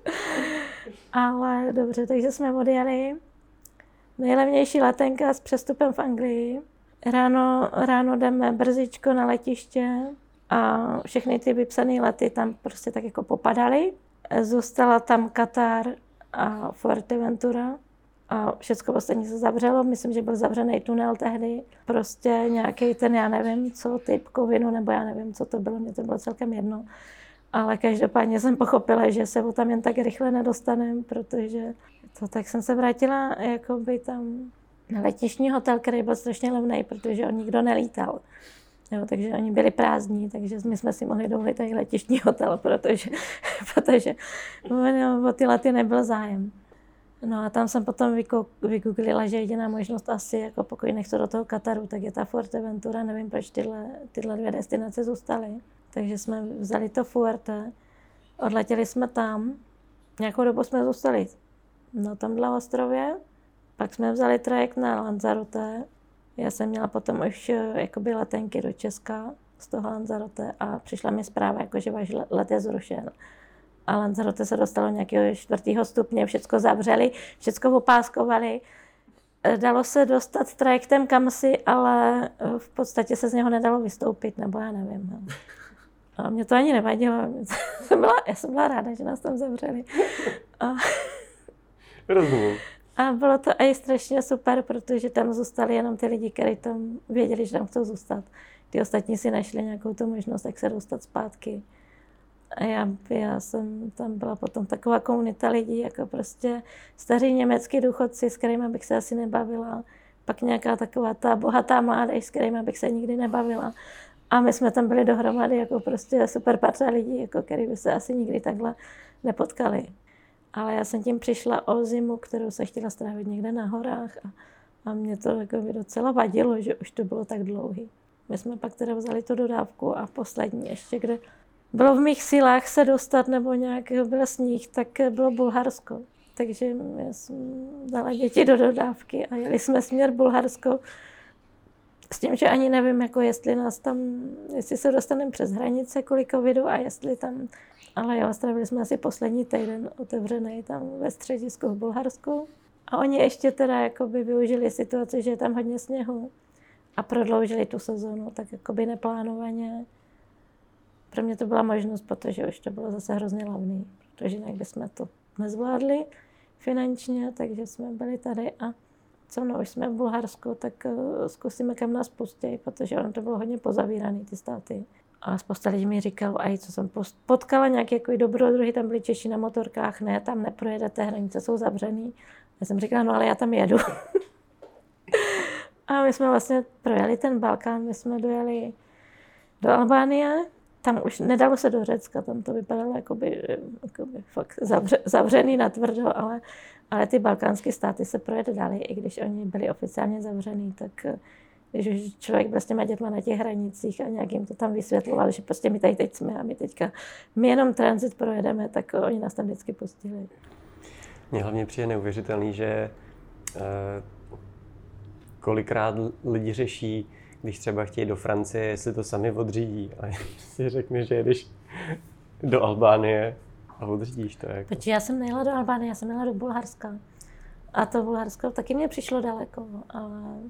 Ale dobře, takže jsme odjeli. Nejlevnější letenka s přestupem v Anglii. Ráno, ráno jdeme brzičko na letiště a všechny ty vypsané lety tam prostě tak jako popadaly. Zůstala tam Katar a Fuerteventura a všechno ostatní se zavřelo. Myslím, že byl zavřený tunel tehdy. Prostě nějaký ten, já nevím, co, typ kovinu, nebo já nevím, co to bylo, mě to bylo celkem jedno. Ale každopádně jsem pochopila, že se tam jen tak rychle nedostaneme, protože to tak jsem se vrátila jakoby tam na letištní hotel, který byl strašně levný, protože on nikdo nelítal. Jo, takže oni byli prázdní, takže my jsme si mohli dovolit tady letištní hotel, protože, protože no, o ty lety nebyl zájem. No a tam jsem potom vygooglila, že jediná možnost asi, jako pokud nechci do toho Kataru, tak je ta Fuerteventura, nevím, proč tyhle, tyhle dvě destinace zůstaly. Takže jsme vzali to Fuerte, odletěli jsme tam, nějakou dobu jsme zůstali na tomhle ostrově, pak jsme vzali trajekt na Lanzarote. Já jsem měla potom už jakoby letenky do Česka z toho Lanzarote a přišla mi zpráva, jako, že váš let je zrušen. A Lanzarote se dostalo nějakého čtvrtého stupně, všecko zavřeli, všecko opáskovali. Dalo se dostat trajektem kamsi, ale v podstatě se z něho nedalo vystoupit, nebo já nevím. No. A mě to ani nevadilo. jsem byla, já jsem byla ráda, že nás tam zavřeli. A, Rozumím. A bylo to i strašně super, protože tam zůstali jenom ty lidi, kteří tam věděli, že tam chcou zůstat. Ty ostatní si našli nějakou tu možnost, jak se dostat zpátky. A já, já jsem tam byla potom taková komunita lidí, jako prostě staří německý důchodci, s kterými bych se asi nebavila. Pak nějaká taková ta bohatá mládež, s kterými bych se nikdy nebavila. A my jsme tam byli dohromady jako prostě super parta lidí, jako který by se asi nikdy takhle nepotkali. Ale já jsem tím přišla o zimu, kterou se chtěla strávit někde na horách a, a mě to jako by docela vadilo, že už to bylo tak dlouhý. My jsme pak teda vzali tu dodávku a poslední ještě, kde bylo v mých silách se dostat nebo nějak byl sníh, tak bylo Bulharsko. Takže já jsem dala děti do dodávky a jeli jsme směr Bulharsko. S tím, že ani nevím, jako jestli nás tam, jestli se dostaneme přes hranice kvůli covidu a jestli tam, ale jo, strávili jsme asi poslední týden otevřený tam ve středisku v Bulharsku. A oni ještě teda jakoby využili situaci, že je tam hodně sněhu a prodloužili tu sezonu, tak jakoby neplánovaně. Pro mě to byla možnost, protože už to bylo zase hrozně levný, protože jinak bychom to nezvládli finančně, takže jsme byli tady a co mnou, už jsme v Bulharsku, tak uh, zkusíme, kam nás pustí, protože ono to bylo hodně pozavíraný, ty státy. A spousta lidí mi říkalo, a co jsem potkala nějaký jako dobrodruhy, tam byli Češi na motorkách, ne, tam neprojedete, hranice jsou zavřený. Já jsem říkala, no ale já tam jedu. A my jsme vlastně projeli ten Balkán, my jsme dojeli do Albánie, tam už nedalo se do Řecka, tam to vypadalo jakoby, jakoby fakt zavře, zavřený natvrdo, ale, ale ty balkánské státy se projede dali, i když oni byli oficiálně zavřený, tak když už člověk byl s těma dětma na těch hranicích a nějak jim to tam vysvětloval, že prostě my tady teď jsme a my teďka, my jenom transit projedeme, tak oni nás tam vždycky pustili. Mně hlavně přijde neuvěřitelný, že eh, kolikrát lidi řeší, když třeba chtějí do Francie, jestli to sami odřídí. A si řekne, že jedeš do Albánie a odřídíš to. Jako. Protože já jsem nejela do Albánie, já jsem jela do Bulharska. A to Bulharsko taky mě přišlo daleko, ale...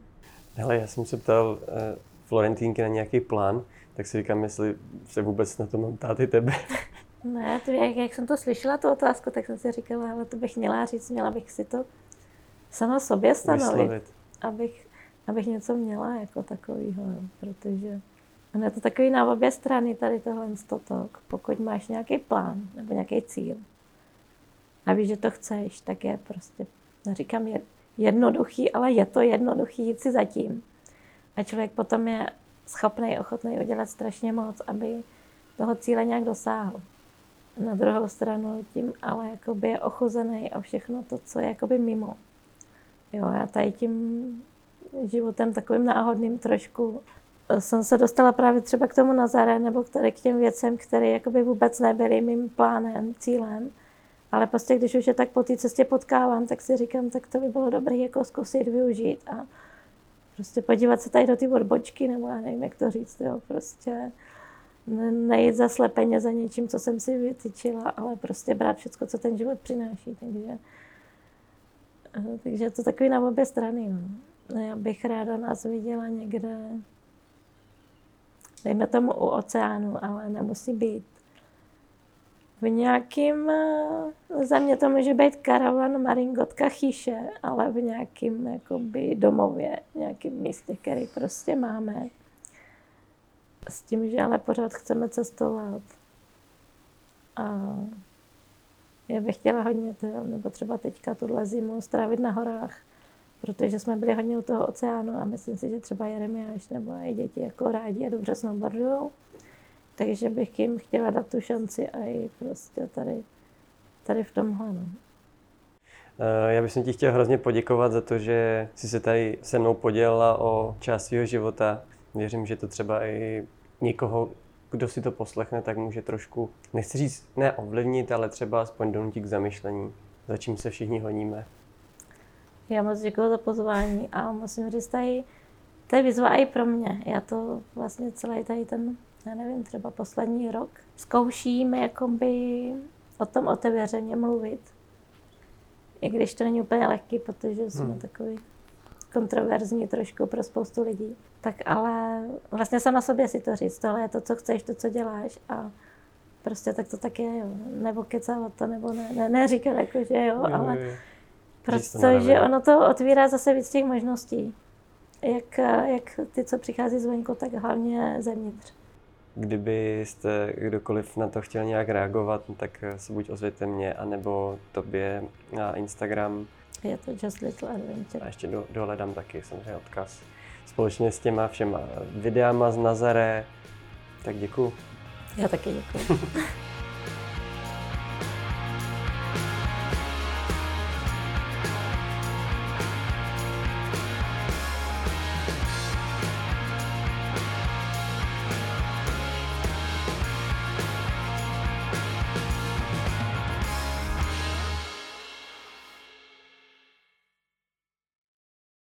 Hele, já jsem se ptal uh, Florentínky na nějaký plán, tak si říkám, jestli se vůbec na to mám ptát i tebe. Ne, to, jak, jak jsem to slyšela, tu otázku, tak jsem si říkala, ale to bych měla říct, měla bych si to sama sobě stanovit, abych, abych něco měla jako takovýho, protože ono je to takový na obě strany tady tohle stotok. Pokud máš nějaký plán nebo nějaký cíl a víš, že to chceš, tak je prostě, neříkám je jednoduchý, ale je to jednoduchý jít si zatím. A člověk potom je schopný, ochotný udělat strašně moc, aby toho cíle nějak dosáhl. Na druhou stranu tím ale jakoby je ochuzený o všechno to, co je jakoby mimo. Jo, já tady tím životem takovým náhodným trošku jsem se dostala právě třeba k tomu Nazare nebo k těm věcem, které jakoby vůbec nebyly mým plánem, cílem. Ale prostě když už je tak po té cestě potkávám, tak si říkám, tak to by bylo dobré jako zkusit využít a prostě podívat se tady do ty odbočky, nebo já nevím, jak to říct, jo, prostě nejít zaslepeně za něčím, co jsem si vytyčila, ale prostě brát všechno, co ten život přináší. Takže, takže je to takový na obě strany. No. Já bych ráda nás viděla někde, dejme tomu u oceánu, ale nemusí být. V nějakým, za mě to může být karavan, maringotka, chýše, ale v nějakým jakoby domově, nějakým místě, který prostě máme. S tím, že ale pořád chceme cestovat. A já bych chtěla hodně, to, nebo třeba teďka tuhle zimu strávit na horách, protože jsme byli hodně u toho oceánu a myslím si, že třeba Jeremiáš nebo i děti jako rádi a dobře snowboardujou. Takže bych jim chtěla dát tu šanci a i prostě tady, tady v tomhle. No. Já bych ti chtěl hrozně poděkovat za to, že jsi se tady se mnou podělila o část svého života. Věřím, že to třeba i někoho, kdo si to poslechne, tak může trošku, nechci říct ne ovlivnit, ale třeba aspoň donutit k zamyšlení, za čím se všichni honíme. Já moc děkuji za pozvání a musím říct, tady, to je výzva i pro mě. Já to vlastně celý tady ten, já nevím, třeba poslední rok zkouším jakoby o tom otevřeně mluvit. I když to není úplně lehký, protože jsme hmm. takový kontroverzní trošku pro spoustu lidí. Tak ale vlastně sama sobě si to říct, tohle je to, co chceš, to, co děláš a prostě tak to tak je, jo. Nebo kecávat to, nebo ne, ne, ne říkat jako, že jo, jo ale jo. Protože ono to otvírá zase víc těch možností. Jak, jak ty, co přichází zvenku, tak hlavně zevnitř. Kdybyste kdokoliv na to chtěl nějak reagovat, tak se buď ozvěte mě, anebo tobě na Instagram. Je to Just Little Adventure. A ještě do, dole dám taky samozřejmě odkaz. Společně s těma všema videama z Nazare. Tak děkuju. Já taky děkuju.